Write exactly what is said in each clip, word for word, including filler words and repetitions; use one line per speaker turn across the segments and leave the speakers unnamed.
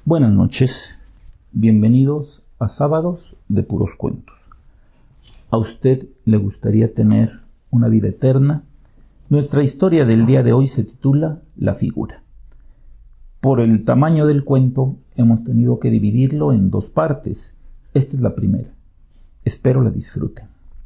Buenas noches, bienvenidos a Sábados de Puros Cuentos. ¿A usted le gustaría tener una vida eterna? Nuestra historia del día de hoy se titula La figura. Por el tamaño del cuento hemos tenido que dividirlo en dos partes. Esta es la primera. Espero la disfruten.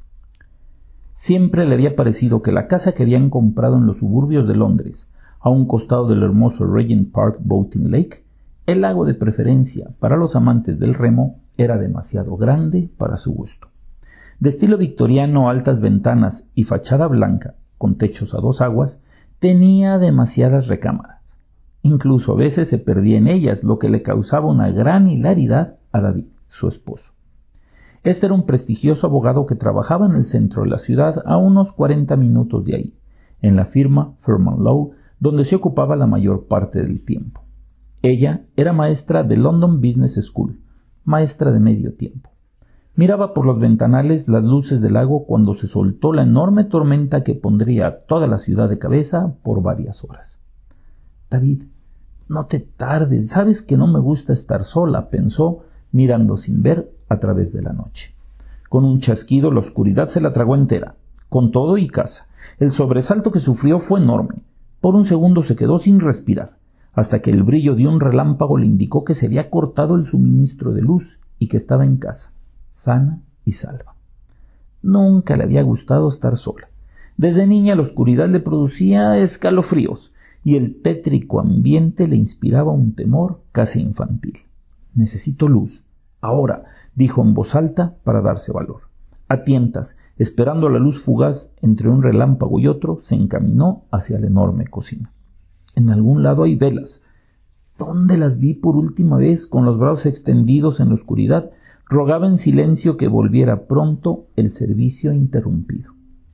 Siempre le había parecido que la casa que habían comprado en los suburbios de Londres, a un costado del hermoso Regent Park Boating Lake, el lago de preferencia para los amantes del remo, era demasiado grande para su gusto. De estilo victoriano, altas ventanas y fachada blanca, con techos a dos aguas, tenía demasiadas recámaras. Incluso a veces se perdía en ellas, lo que le causaba una gran hilaridad a David, su esposo. Este era un prestigioso abogado que trabajaba en el centro de la ciudad, a unos cuarenta minutos de ahí, en la firma Firman Law, donde se ocupaba la mayor parte del tiempo. Ella era maestra de London Business School, maestra de medio tiempo. Miraba por los ventanales las luces del lago cuando se soltó la enorme tormenta que pondría a toda la ciudad de cabeza por varias horas. David, no te tardes, sabes que no me gusta estar sola, pensó, mirando sin ver a través de la noche. Con un chasquido la oscuridad se la tragó entera, con todo y casa. El sobresalto que sufrió fue enorme. Por un segundo se quedó sin respirar, hasta que el brillo de un relámpago le indicó que se había cortado el suministro de luz y que estaba en casa, sana y salva. Nunca le había gustado estar sola. Desde niña la oscuridad le producía escalofríos y el tétrico ambiente le inspiraba un temor casi infantil. «Necesito luz, ahora», dijo en voz alta para darse valor. A tientas, esperando la luz fugaz entre un relámpago y otro, se encaminó hacia la enorme cocina. En algún lado hay velas. ¿Dónde las vi por última vez? Con los brazos extendidos en la oscuridad, rogaba en silencio que volviera pronto el servicio interrumpido.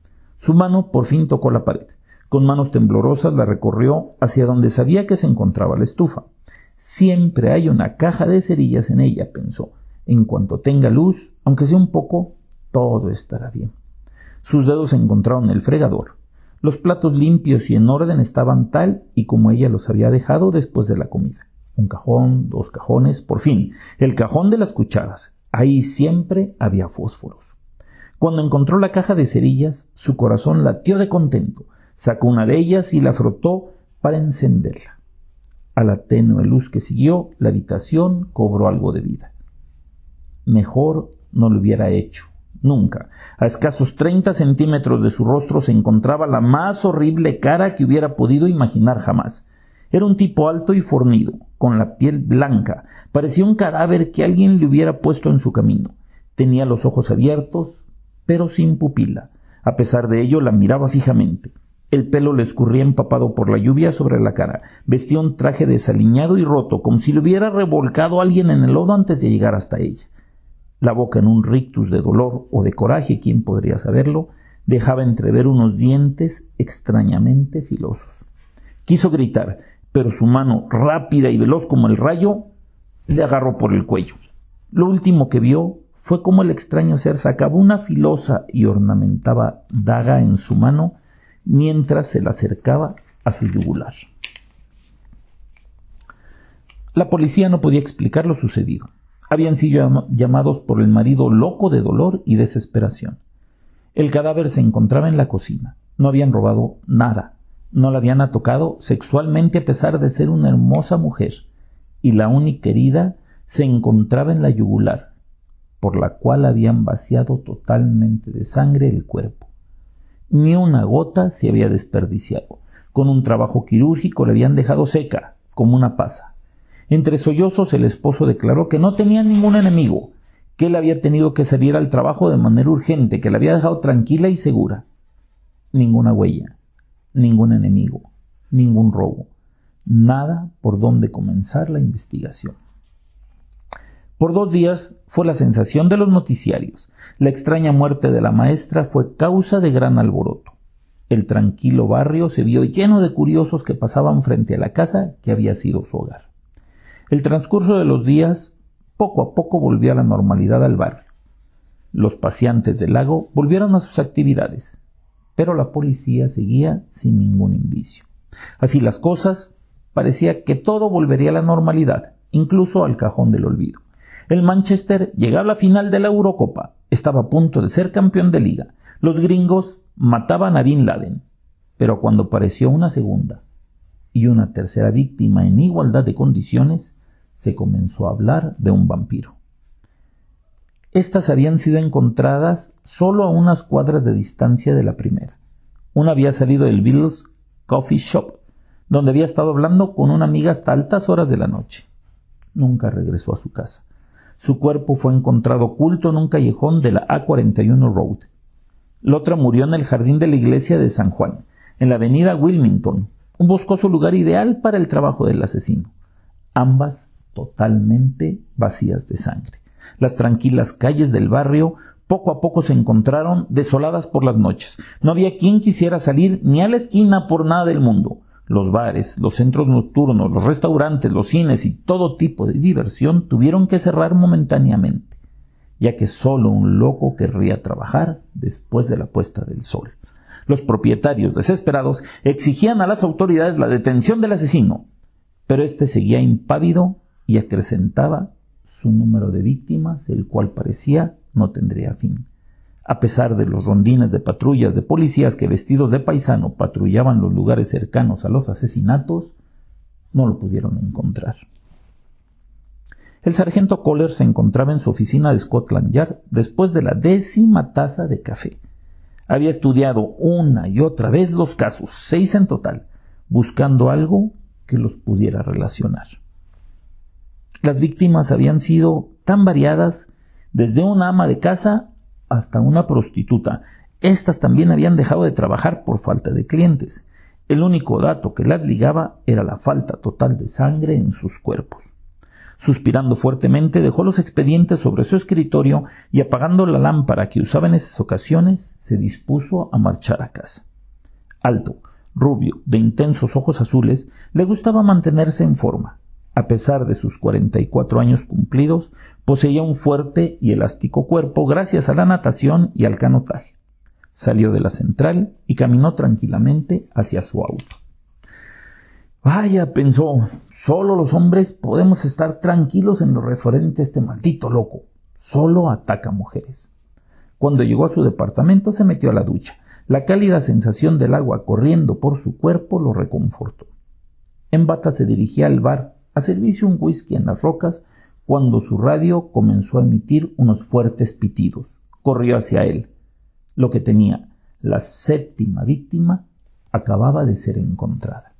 Su mano por fin tocó la pared. Con manos temblorosas la recorrió hacia donde sabía que se encontraba la estufa. Siempre hay una caja de cerillas en ella, pensó. En cuanto tenga luz, aunque sea un poco, todo estará bien. Sus dedos se encontraron en el fregador. Los platos limpios y en orden estaban tal y como ella los había dejado después de la comida. Un cajón, dos cajones, por fin, el cajón de las cucharas. Ahí siempre había fósforos. Cuando encontró la caja de cerillas, su corazón latió de contento. Sacó una de ellas y la frotó para encenderla. A la tenue luz que siguió, la habitación cobró algo de vida. Mejor no lo hubiera hecho. Nunca. A escasos treinta centímetros de su rostro se encontraba la más horrible cara que hubiera podido imaginar jamás. Era un tipo alto y fornido, con la piel blanca. Parecía un cadáver que alguien le hubiera puesto en su camino. Tenía los ojos abiertos, pero sin pupila. A pesar de ello, la miraba fijamente. El pelo le escurría empapado por la lluvia sobre la cara. Vestía un traje desaliñado y roto, como si le hubiera revolcado alguien en el lodo antes de llegar hasta ella. La boca, en un rictus de dolor o de coraje, quién podría saberlo, dejaba entrever unos dientes extrañamente filosos. Quiso gritar, pero su mano, rápida y veloz como el rayo, le agarró por el cuello. Lo último que vio fue cómo el extraño ser sacaba una filosa y ornamentada daga en su mano mientras se la acercaba a su yugular. La policía no podía explicar lo sucedido. Habían sido llamados por el marido loco de dolor y desesperación. El cadáver se encontraba en la cocina. No habían robado nada. No la habían atacado sexualmente a pesar de ser una hermosa mujer. Y la única herida se encontraba en la yugular, por la cual habían vaciado totalmente de sangre el cuerpo. Ni una gota se había desperdiciado. Con un trabajo quirúrgico la habían dejado seca, como una pasa. Entre sollozos el esposo declaró que no tenía ningún enemigo, que él había tenido que salir al trabajo de manera urgente, que la había dejado tranquila y segura. Ninguna huella, ningún enemigo, ningún robo, nada por donde comenzar la investigación. Por dos días fue la sensación de los noticiarios. La extraña muerte de la maestra fue causa de gran alboroto. El tranquilo barrio se vio lleno de curiosos que pasaban frente a la casa que había sido su hogar. El transcurso de los días poco a poco volvió a la normalidad al barrio. Los paseantes del lago volvieron a sus actividades, pero la policía seguía sin ningún indicio. Así las cosas, parecía que todo volvería a la normalidad, incluso al cajón del olvido. El Manchester llegaba a la final de la Eurocopa, estaba a punto de ser campeón de liga. Los gringos mataban a Bin Laden, pero cuando apareció una segunda y una tercera víctima en igualdad de condiciones, se comenzó a hablar de un vampiro. Estas habían sido encontradas solo a unas cuadras de distancia de la primera. Una había salido del Beatles Coffee Shop, donde había estado hablando con una amiga hasta altas horas de la noche. Nunca regresó a su casa. Su cuerpo fue encontrado oculto en un callejón de la A cuarenta y uno Road. La otra murió en el jardín de la iglesia de San Juan, en la avenida Wilmington, un boscoso lugar ideal para el trabajo del asesino. Ambas totalmente vacías de sangre. Las tranquilas calles del barrio poco a poco se encontraron desoladas por las noches. No había quien quisiera salir ni a la esquina por nada del mundo. Los bares, los centros nocturnos, los restaurantes, los cines y todo tipo de diversión tuvieron que cerrar momentáneamente, ya que solo un loco querría trabajar después de la puesta del sol. Los propietarios, desesperados, exigían a las autoridades la detención del asesino, pero éste seguía impávido y acrecentaba su número de víctimas, el cual parecía no tendría fin. A pesar de los rondines de patrullas de policías que vestidos de paisano patrullaban los lugares cercanos a los asesinatos, no lo pudieron encontrar. El sargento Kohler se encontraba en su oficina de Scotland Yard después de la décima taza de café. Había estudiado una y otra vez los casos, seis en total, buscando algo que los pudiera relacionar. Las víctimas habían sido tan variadas, desde una ama de casa hasta una prostituta. Estas también habían dejado de trabajar por falta de clientes. El único dato que las ligaba era la falta total de sangre en sus cuerpos. Suspirando fuertemente, dejó los expedientes sobre su escritorio y, apagando la lámpara que usaba en esas ocasiones, se dispuso a marchar a casa. Alto, rubio, de intensos ojos azules, le gustaba mantenerse en forma. A pesar de sus cuarenta y cuatro años cumplidos, poseía un fuerte y elástico cuerpo gracias a la natación y al canotaje. Salió de la central y caminó tranquilamente hacia su auto. Vaya, pensó, solo los hombres podemos estar tranquilos en lo referente a este maldito loco. Solo ataca mujeres. Cuando llegó a su departamento se metió a la ducha. La cálida sensación del agua corriendo por su cuerpo lo reconfortó. En bata se dirigía al bar a servirse un whisky en las rocas cuando su radio comenzó a emitir unos fuertes pitidos. Corrió hacia él. Lo que temía, la séptima víctima, acababa de ser encontrada.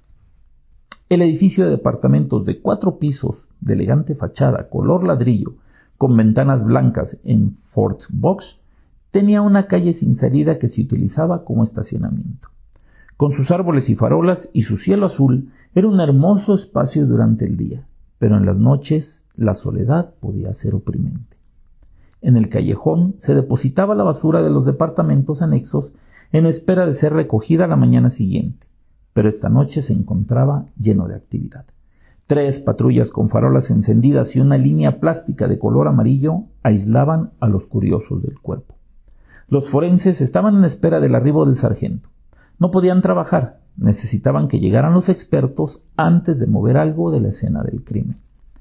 El edificio de departamentos de cuatro pisos, de elegante fachada, color ladrillo, con ventanas blancas en Fort Box, tenía una calle sin salida que se utilizaba como estacionamiento. Con sus árboles y farolas y su cielo azul, era un hermoso espacio durante el día, pero en las noches la soledad podía ser oprimente. En el callejón se depositaba la basura de los departamentos anexos en espera de ser recogida la mañana siguiente, pero esta noche se encontraba lleno de actividad. Tres patrullas con farolas encendidas y una línea plástica de color amarillo aislaban a los curiosos del cuerpo. Los forenses estaban en espera del arribo del sargento. No podían trabajar, necesitaban que llegaran los expertos antes de mover algo de la escena del crimen.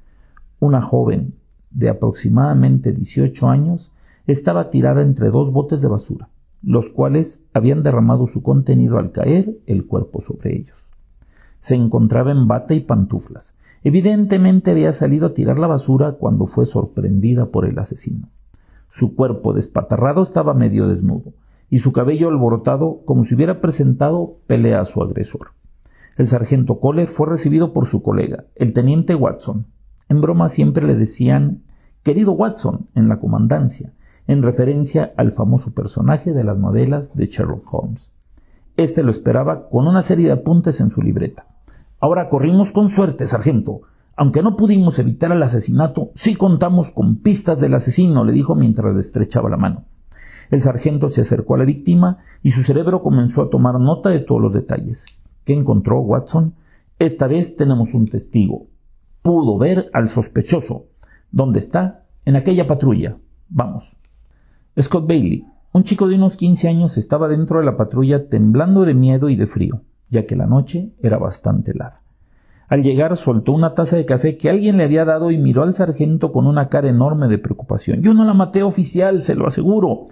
Una joven de aproximadamente dieciocho años estaba tirada entre dos botes de basura, los cuales habían derramado su contenido al caer el cuerpo sobre ellos. Se encontraba en bata y pantuflas. Evidentemente había salido a tirar la basura cuando fue sorprendida por el asesino. Su cuerpo despatarrado estaba medio desnudo y su cabello alborotado como si hubiera presentado pelea a su agresor. El sargento Kohler fue recibido por su colega, el teniente Watson. En broma siempre le decían «Querido Watson» en la comandancia, en referencia al famoso personaje de las novelas de Sherlock Holmes. Este lo esperaba con una serie de apuntes en su libreta. «Ahora corrimos con suerte, sargento. Aunque no pudimos evitar el asesinato, sí contamos con pistas del asesino», le dijo mientras le estrechaba la mano. El sargento se acercó a la víctima y su cerebro comenzó a tomar nota de todos los detalles. ¿Qué encontró, Watson? Esta vez tenemos un testigo. Pudo ver al sospechoso. ¿Dónde está? En aquella patrulla. Vamos. Scott Bailey, un chico de unos quince años, estaba dentro de la patrulla temblando de miedo y de frío, ya que la noche era bastante larga. Al llegar soltó una taza de café que alguien le había dado y miró al sargento con una cara enorme de preocupación. «Yo no la maté, oficial, se lo aseguro».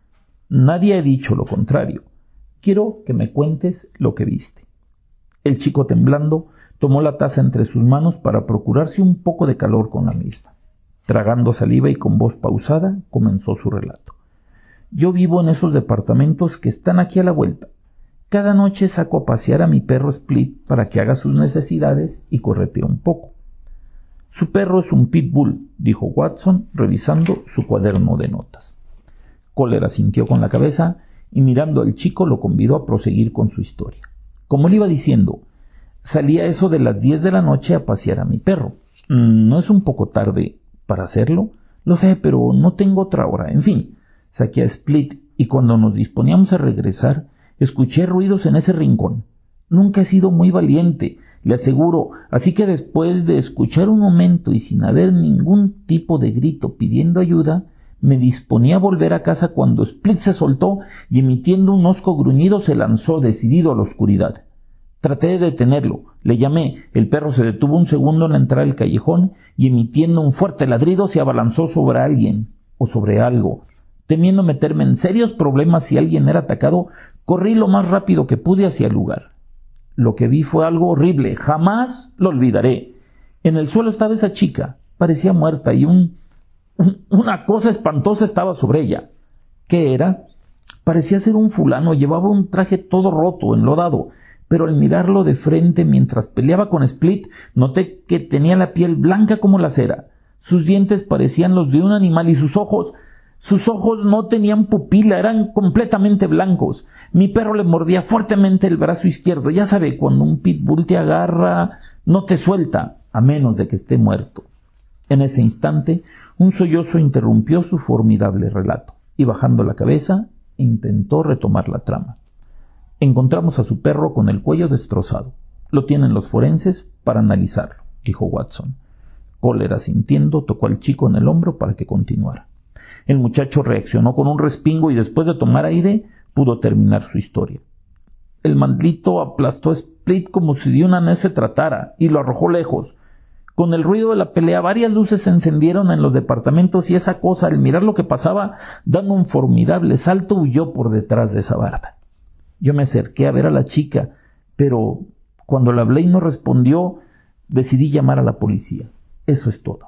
«Nadie ha dicho lo contrario. Quiero que me cuentes lo que viste». El chico, temblando, tomó la taza entre sus manos para procurarse un poco de calor con la misma. Tragando saliva y con voz pausada, comenzó su relato. «Yo vivo en esos departamentos que están aquí a la vuelta. Cada noche saco a pasear a mi perro Split para que haga sus necesidades y corretee un poco». «Su perro es un pitbull», dijo Watson, revisando su cuaderno de notas. Kohler asintió con la cabeza y mirando al chico lo convidó a proseguir con su historia. Como le iba diciendo, salí a eso de las diez de la noche a pasear a mi perro. ¿No es un poco tarde para hacerlo? Lo sé, pero no tengo otra hora. En fin, saqué a Split y cuando nos disponíamos a regresar, escuché ruidos en ese rincón. Nunca he sido muy valiente, le aseguro, así que después de escuchar un momento y sin haber ningún tipo de grito pidiendo ayuda, me disponía a volver a casa cuando Split se soltó y emitiendo un hosco gruñido se lanzó decidido a la oscuridad. Traté de detenerlo, le llamé, el perro se detuvo un segundo en la entrada del callejón y emitiendo un fuerte ladrido se abalanzó sobre alguien o sobre algo. Temiendo meterme en serios problemas si alguien era atacado, corrí lo más rápido que pude hacia el lugar. Lo que vi fue algo horrible, jamás lo olvidaré. En el suelo estaba esa chica, parecía muerta y un, un, una cosa espantosa estaba sobre ella. ¿Qué era? Parecía ser un fulano, llevaba un traje todo roto, enlodado, pero al mirarlo de frente mientras peleaba con Split, noté que tenía la piel blanca como la cera. Sus dientes parecían los de un animal y sus ojos... Sus ojos no tenían pupila, eran completamente blancos. Mi perro le mordía fuertemente el brazo izquierdo. Ya sabe, cuando un pitbull te agarra, no te suelta, a menos de que esté muerto. En ese instante, un sollozo interrumpió su formidable relato, y bajando la cabeza, intentó retomar la trama. Encontramos a su perro con el cuello destrozado. Lo tienen los forenses para analizarlo, dijo Watson. Kohler, asintiendo, tocó al chico en el hombro para que continuara. El muchacho reaccionó con un respingo y después de tomar aire pudo terminar su historia. El maldito aplastó a Split como si de una nuez se tratara y lo arrojó lejos. Con el ruido de la pelea varias luces se encendieron en los departamentos y esa cosa, al mirar lo que pasaba, dando un formidable salto, huyó por detrás de esa barda. Yo me acerqué a ver a la chica, pero cuando le hablé y no respondió, decidí llamar a la policía. Eso es todo.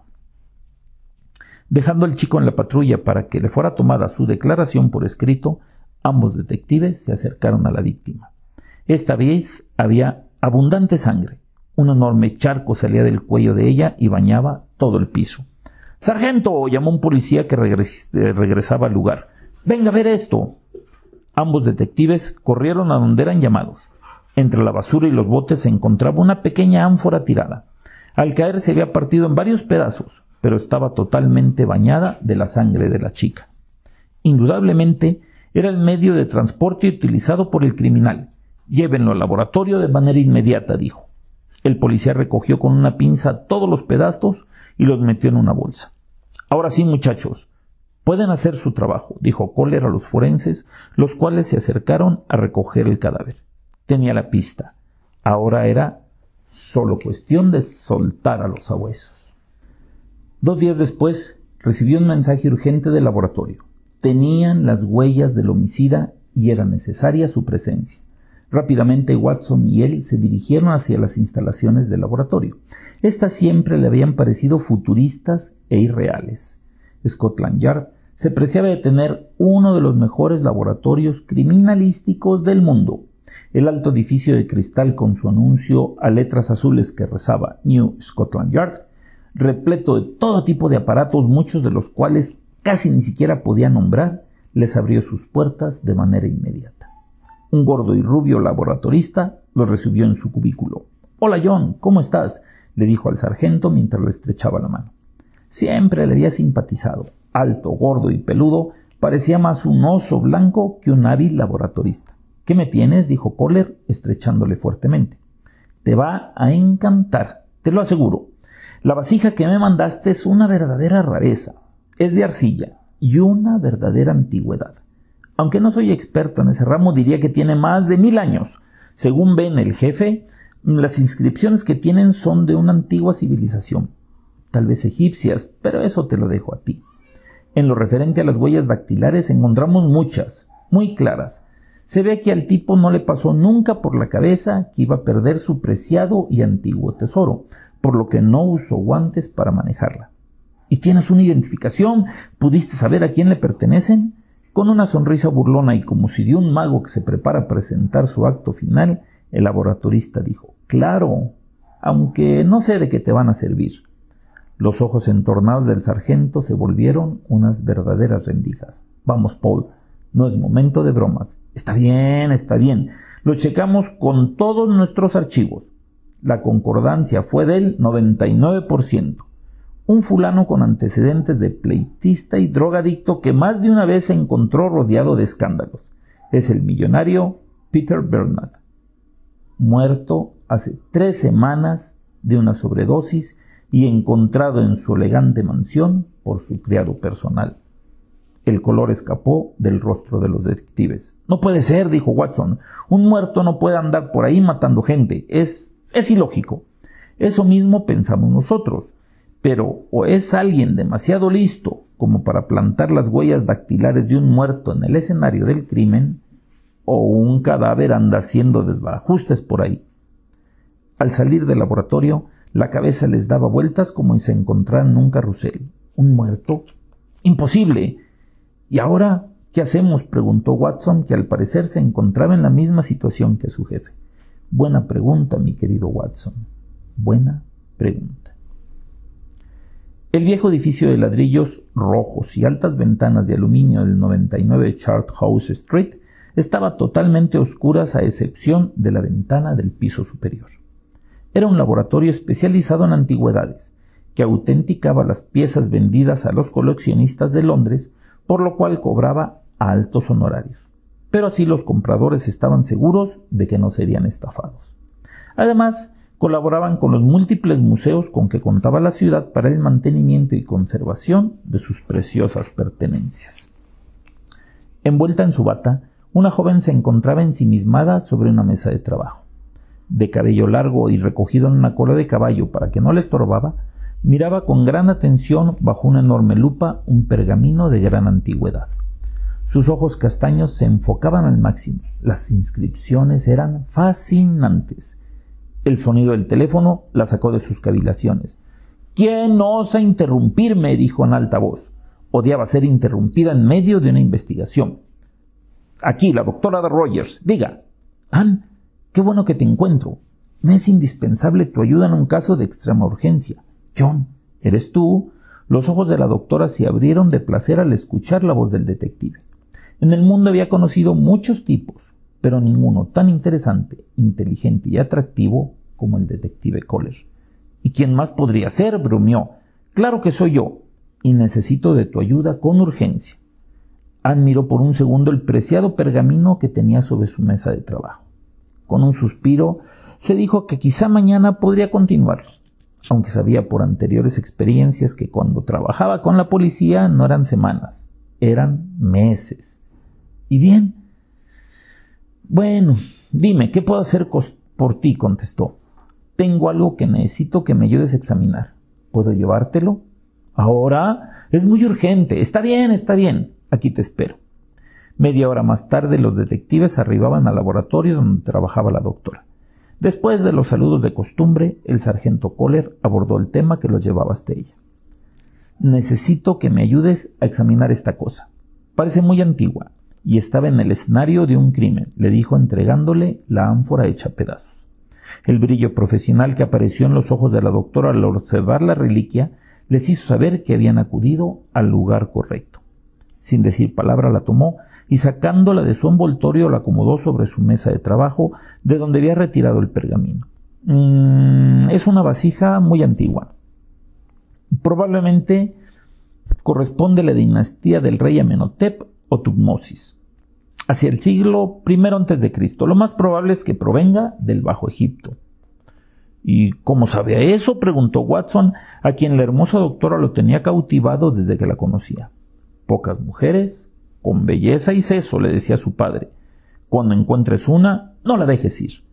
Dejando al chico en la patrulla para que le fuera tomada su declaración por escrito, ambos detectives se acercaron a la víctima. Esta vez había abundante sangre. Un enorme charco salía del cuello de ella y bañaba todo el piso. «¡Sargento!», llamó un policía que regres- regresaba al lugar. «¡Venga a ver esto!». Ambos detectives corrieron a donde eran llamados. Entre la basura y los botes se encontraba una pequeña ánfora tirada. Al caer se había partido en varios pedazos, pero estaba totalmente bañada de la sangre de la chica. Indudablemente era el medio de transporte utilizado por el criminal. «Llévenlo al laboratorio de manera inmediata», dijo. El policía recogió con una pinza todos los pedazos y los metió en una bolsa. «Ahora sí, muchachos, pueden hacer su trabajo», dijo Kohler a los forenses, los cuales se acercaron a recoger el cadáver. Tenía la pista. Ahora era solo cuestión de soltar a los sabuesos. Dos días después, recibió un mensaje urgente del laboratorio. Tenían las huellas del homicida y era necesaria su presencia. Rápidamente Watson y él se dirigieron hacia las instalaciones del laboratorio. Estas siempre le habían parecido futuristas e irreales. Scotland Yard se preciaba de tener uno de los mejores laboratorios criminalísticos del mundo. El alto edificio de cristal con su anuncio a letras azules que rezaba New Scotland Yard, repleto de todo tipo de aparatos, muchos de los cuales casi ni siquiera podía nombrar, les abrió sus puertas de manera inmediata. Un gordo y rubio laboratorista lo recibió en su cubículo. «Hola John, ¿cómo estás?», le dijo al sargento mientras le estrechaba la mano. Siempre le había simpatizado. Alto, gordo y peludo, parecía más un oso blanco que un hábil laboratorista. «¿Qué me tienes?», dijo Kohler, estrechándole fuertemente. «Te va a encantar, te lo aseguro. La vasija que me mandaste es una verdadera rareza. Es de arcilla y una verdadera antigüedad. Aunque no soy experto en ese ramo, diría que tiene más de mil años. Según Ben, el jefe, Las inscripciones que tienen son de una antigua civilización, tal vez egipcias, pero eso te lo dejo a ti. En lo referente a las huellas dactilares encontramos muchas, muy claras. Se ve que al tipo no le pasó nunca por la cabeza que iba a perder su preciado y antiguo tesoro, por lo que no usó guantes para manejarla. ¿Y tienes una identificación? ¿Pudiste saber a quién le pertenecen? Con una sonrisa burlona y como si de un mago que se prepara a presentar su acto final, el laboratorista dijo: «Claro, aunque no sé de qué te van a servir». Los ojos entornados del sargento se volvieron unas verdaderas rendijas. «Vamos, Paul, no es momento de bromas». «Está bien, está bien. Lo checamos con todos nuestros archivos». La concordancia fue del noventa y nueve por ciento. Un fulano con antecedentes de pleitista y drogadicto que más de una vez se encontró rodeado de escándalos. Es el millonario Peter Bernard, muerto hace tres semanas de una sobredosis y encontrado en su elegante mansión por su criado personal. El color escapó del rostro de los detectives. «No puede ser», dijo Watson. «Un muerto no puede andar por ahí matando gente. Es, es ilógico». «Eso mismo pensamos nosotros. Pero o es alguien demasiado listo como para plantar las huellas dactilares de un muerto en el escenario del crimen, o un cadáver anda haciendo desbarajustes por ahí». Al salir del laboratorio, la cabeza les daba vueltas como si se encontraran en un carrusel. ¿Un muerto? ¡Imposible! «¿Y ahora qué hacemos?», preguntó Watson, que al parecer se encontraba en la misma situación que su jefe. «Buena pregunta, mi querido Watson. Buena pregunta». El viejo edificio de ladrillos rojos y altas ventanas de aluminio del noventa y nueve Charthouse Street estaba totalmente a oscuras a excepción de la ventana del piso superior. Era un laboratorio especializado en antigüedades, que autenticaba las piezas vendidas a los coleccionistas de Londres, por lo cual cobraba altos honorarios. Pero así los compradores estaban seguros de que no serían estafados. Además, colaboraban con los múltiples museos con que contaba la ciudad para el mantenimiento y conservación de sus preciosas pertenencias. Envuelta en su bata, una joven se encontraba ensimismada sobre una mesa de trabajo. De cabello largo y recogido en una cola de caballo para que no le estorbaba, miraba con gran atención bajo una enorme lupa un pergamino de gran antigüedad. Sus ojos castaños se enfocaban al máximo. Las inscripciones eran fascinantes. El sonido del teléfono la sacó de sus cavilaciones. «¿Quién osa interrumpirme?», dijo en alta voz. Odiaba ser interrumpida en medio de una investigación. «Aquí, la doctora de Rogers. Diga». «Ann, qué bueno que te encuentro. Me es indispensable tu ayuda en un caso de extrema urgencia». «John, ¿eres tú?». Los ojos de la doctora se abrieron de placer al escuchar la voz del detective. En el mundo había conocido muchos tipos, pero ninguno tan interesante, inteligente y atractivo como el detective Kohler. «¿Y quién más podría ser?», bromeó. «Claro que soy yo, y necesito de tu ayuda con urgencia». Ann miró por un segundo el preciado pergamino que tenía sobre su mesa de trabajo. Con un suspiro, se dijo que quizá mañana podría continuar, aunque sabía por anteriores experiencias que cuando trabajaba con la policía no eran semanas, eran meses. «¿Y bien?». «Bueno, dime, ¿qué puedo hacer por ti?», contestó. «Tengo algo que necesito que me ayudes a examinar. ¿Puedo llevártelo?». «¿Ahora? Es muy urgente». «Está bien, está bien. Aquí te espero». Media hora más tarde, los detectives arribaban al laboratorio donde trabajaba la doctora. Después de los saludos de costumbre, el sargento Kohler abordó el tema que los llevaba hasta ella. «Necesito que me ayudes a examinar esta cosa. Parece muy antigua y estaba en el escenario de un crimen», le dijo entregándole la ánfora hecha pedazos. El brillo profesional que apareció en los ojos de la doctora al observar la reliquia les hizo saber que habían acudido al lugar correcto. Sin decir palabra la tomó y sacándola de su envoltorio la acomodó sobre su mesa de trabajo, de donde había retirado el pergamino. Mm, es una vasija muy antigua. Probablemente corresponde a la dinastía del rey Amenhotep o Tutmosis, hacia el siglo primero antes de Cristo. Lo más probable es que provenga del Bajo Egipto. «¿Y cómo sabe eso?», preguntó Watson, a quien la hermosa doctora lo tenía cautivado desde que la conocía. «Pocas mujeres, con belleza y seso», le decía su padre. «Cuando encuentres una, no la dejes ir.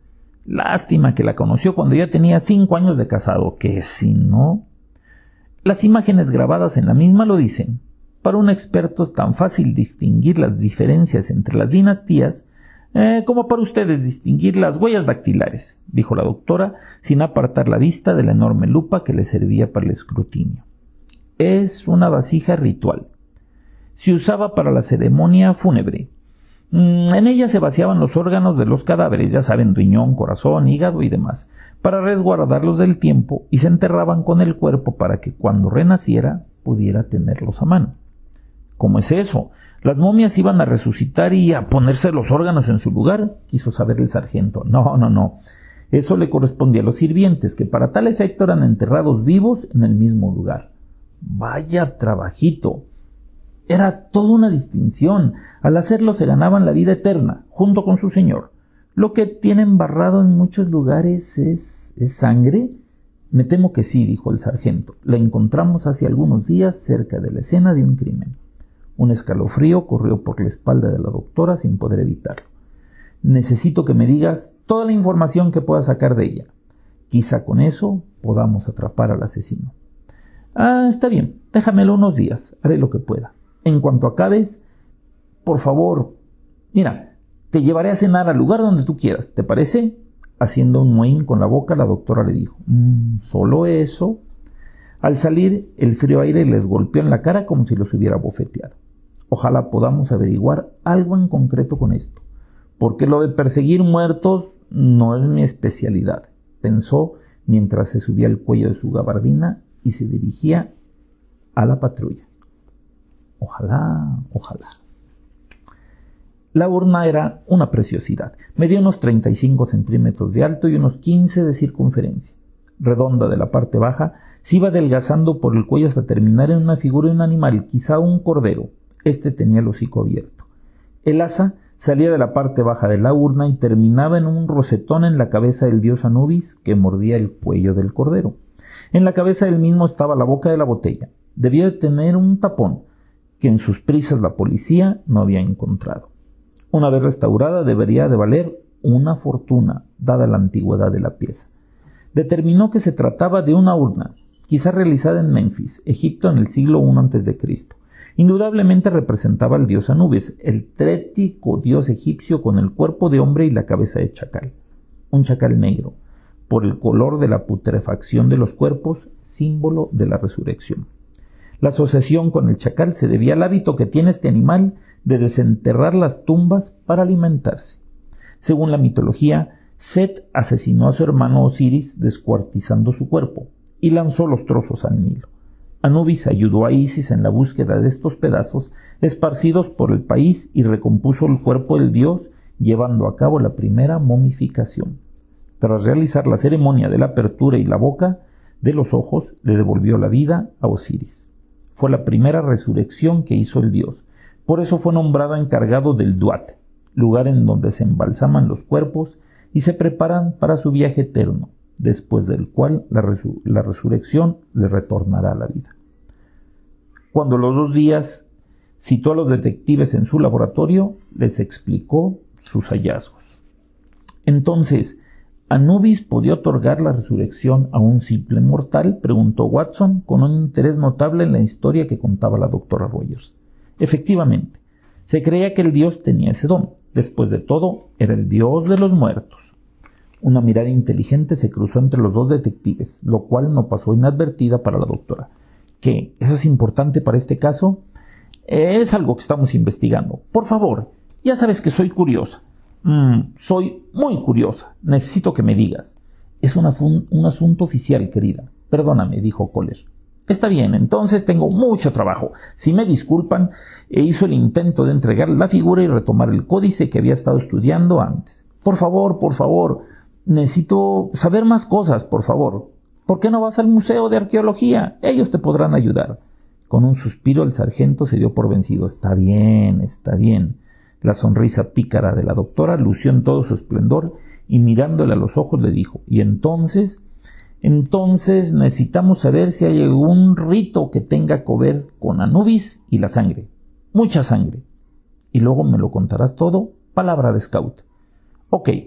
Lástima que la conoció cuando ya tenía cinco años de casado, que si no... Las imágenes grabadas en la misma lo dicen. Para un experto es tan fácil distinguir las diferencias entre las dinastías eh, como para ustedes distinguir las huellas dactilares, dijo la doctora, sin apartar la vista de la enorme lupa que le servía para el escrutinio. Es una vasija ritual. Se usaba para la ceremonia fúnebre. En ella se vaciaban los órganos de los cadáveres, ya saben, riñón, corazón, hígado y demás, para resguardarlos del tiempo, y se enterraban con el cuerpo para que cuando renaciera pudiera tenerlos a mano. ¿Cómo es eso? ¿Las momias iban a resucitar y a ponerse los órganos en su lugar?, quiso saber el sargento. No, no, no. Eso le correspondía a los sirvientes, que para tal efecto eran enterrados vivos en el mismo lugar. Vaya trabajito. Era toda una distinción. Al hacerlo se ganaban la vida eterna, junto con su señor. ¿Lo que tienen barrado en muchos lugares es, es sangre? Me temo que sí, dijo el sargento. La encontramos hace algunos días cerca de la escena de un crimen. Un escalofrío corrió por la espalda de la doctora sin poder evitarlo. Necesito que me digas toda la información que puedas sacar de ella. Quizá con eso podamos atrapar al asesino. Ah, está bien. Déjamelo unos días. Haré lo que pueda. En cuanto acabes, por favor, mira, te llevaré a cenar al lugar donde tú quieras, ¿te parece? Haciendo un mohín con la boca, la doctora le dijo, mmm, ¿solo eso? Al salir, el frío aire les golpeó en la cara como si los hubiera bofeteado. Ojalá podamos averiguar algo en concreto con esto, porque lo de perseguir muertos no es mi especialidad, pensó mientras se subía al cuello de su gabardina y se dirigía a la patrulla. Ojalá, ojalá. La urna era una preciosidad. Medía unos treinta y cinco centímetros de alto y unos quince de circunferencia. Redonda de la parte baja, se iba adelgazando por el cuello hasta terminar en una figura de un animal, quizá un cordero. Este tenía el hocico abierto. El asa salía de la parte baja de la urna y terminaba en un rosetón en la cabeza del dios Anubis que mordía el cuello del cordero. En la cabeza del mismo estaba la boca de la botella. Debía de tener un tapón que en sus prisas la policía no había encontrado. Una vez restaurada debería de valer una fortuna, dada la antigüedad de la pieza. Determinó que se trataba de una urna, quizá realizada en Memphis, Egipto, en el siglo primero antes de Cristo. Indudablemente representaba al dios Anubis, el trético dios egipcio con el cuerpo de hombre y la cabeza de chacal. Un chacal negro, por el color de la putrefacción de los cuerpos, símbolo de la resurrección. La asociación con el chacal se debía al hábito que tiene este animal de desenterrar las tumbas para alimentarse. Según la mitología, Set asesinó a su hermano Osiris descuartizando su cuerpo y lanzó los trozos al Nilo. Anubis ayudó a Isis en la búsqueda de estos pedazos esparcidos por el país y recompuso el cuerpo del dios llevando a cabo la primera momificación. Tras realizar la ceremonia de la apertura y la boca de los ojos, le devolvió la vida a Osiris. Fue la primera resurrección que hizo el dios. Por eso fue nombrado encargado del Duat, lugar en donde se embalsaman los cuerpos y se preparan para su viaje eterno, después del cual la, resur- la resurrección le retornará a la vida. Cuando los dos días citó a los detectives en su laboratorio, les explicó sus hallazgos. Entonces, ¿Anubis podía otorgar la resurrección a un simple mortal?, preguntó Watson, con un interés notable en la historia que contaba la doctora Rogers. Efectivamente, se creía que el dios tenía ese don. Después de todo, era el dios de los muertos. Una mirada inteligente se cruzó entre los dos detectives, lo cual no pasó inadvertida para la doctora. ¿Qué? ¿Eso es importante para este caso? Es algo que estamos investigando. Por favor, ya sabes que soy curiosa. Mm, soy muy curiosa. Necesito que me digas. Es una fun- un asunto oficial, querida. Perdóname, dijo Kohler. Está bien, entonces tengo mucho trabajo. Si me disculpan, e hizo el intento de entregar la figura y retomar el códice que había estado estudiando antes. Por favor, por favor, necesito saber más cosas, por favor. ¿Por qué no vas al Museo de Arqueología? Ellos te podrán ayudar. Con un suspiro el sargento se dio por vencido. Está bien, está bien. La sonrisa pícara de la doctora lució en todo su esplendor y mirándole a los ojos le dijo, y entonces, entonces necesitamos saber si hay algún rito que tenga que ver con Anubis y la sangre. Mucha sangre. Y luego me lo contarás todo, palabra de scout. Ok,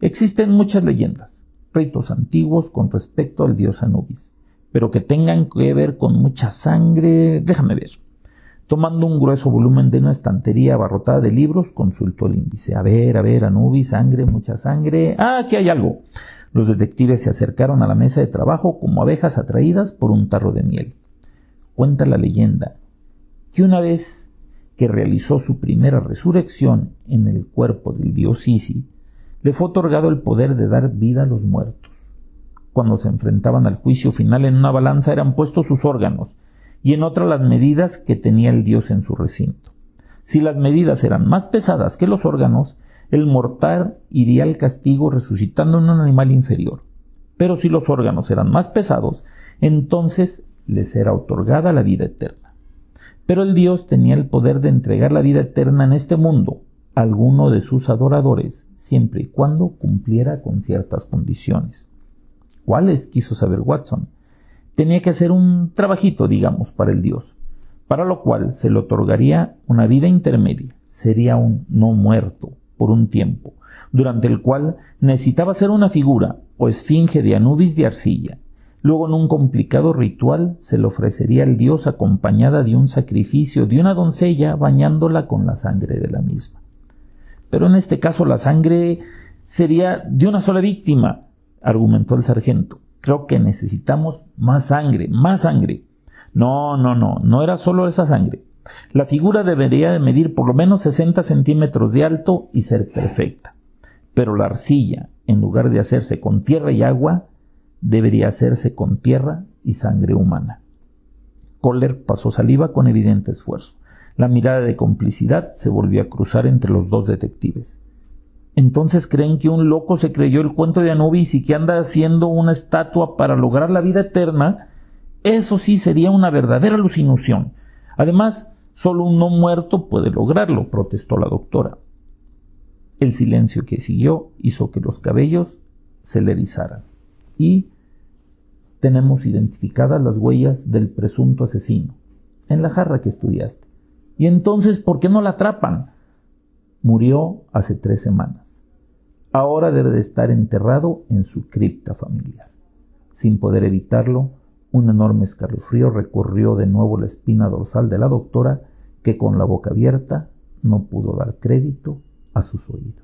Existen muchas leyendas, ritos antiguos con respecto al dios Anubis, pero que tengan que ver con mucha sangre, déjame ver. Tomando un grueso volumen de una estantería abarrotada de libros, consultó el índice. A ver, a ver, Anubis, sangre, mucha sangre. ¡Ah, aquí hay algo! Los detectives se acercaron a la mesa de trabajo como abejas atraídas por un tarro de miel. Cuenta la leyenda que una vez que realizó su primera resurrección en el cuerpo del dios Isi, le fue otorgado el poder de dar vida a los muertos. Cuando se enfrentaban al juicio final, en una balanza eran puestos sus órganos y en otra las medidas que tenía el dios en su recinto. Si las medidas eran más pesadas que los órganos, el mortal iría al castigo resucitando en un animal inferior. Pero si los órganos eran más pesados, entonces les era otorgada la vida eterna. Pero el dios tenía el poder de entregar la vida eterna en este mundo a alguno de sus adoradores, siempre y cuando cumpliera con ciertas condiciones. ¿Cuáles?, quiso saber Watson. Tenía que hacer un trabajito, digamos, para el dios, para lo cual se le otorgaría una vida intermedia. Sería un no muerto por un tiempo, durante el cual necesitaba ser una figura o esfinge de Anubis de arcilla. Luego, en un complicado ritual, se le ofrecería al dios acompañada de un sacrificio de una doncella bañándola con la sangre de la misma. Pero en este caso la sangre sería de una sola víctima, argumentó el sargento. Creo que necesitamos más sangre, más sangre. No, no, no, no era solo esa sangre. La figura debería de medir por lo menos sesenta centímetros de alto y ser perfecta. Pero la arcilla, en lugar de hacerse con tierra y agua, debería hacerse con tierra y sangre humana. Kohler pasó saliva con evidente esfuerzo. La mirada de complicidad se volvió a cruzar entre los dos detectives. ¿Entonces creen que un loco se creyó el cuento de Anubis y que anda haciendo una estatua para lograr la vida eterna? Eso sí sería una verdadera alucinación. Además, solo un no muerto puede lograrlo, protestó la doctora. El silencio que siguió hizo que los cabellos se le erizaran. Y tenemos identificadas las huellas del presunto asesino en la jarra que estudiaste. ¿Y entonces por qué no la atrapan? Murió hace tres semanas. Ahora debe de estar enterrado en su cripta familiar. Sin poder evitarlo, un enorme escalofrío recorrió de nuevo la espina dorsal de la doctora, que con la boca abierta no pudo dar crédito a sus oídos.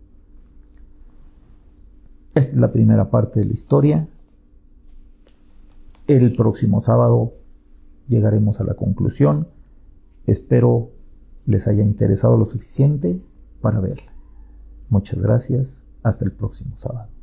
Esta es la primera parte de la historia. El próximo sábado llegaremos a la conclusión. Espero les haya interesado lo suficiente para verla. Muchas gracias. Hasta el próximo sábado.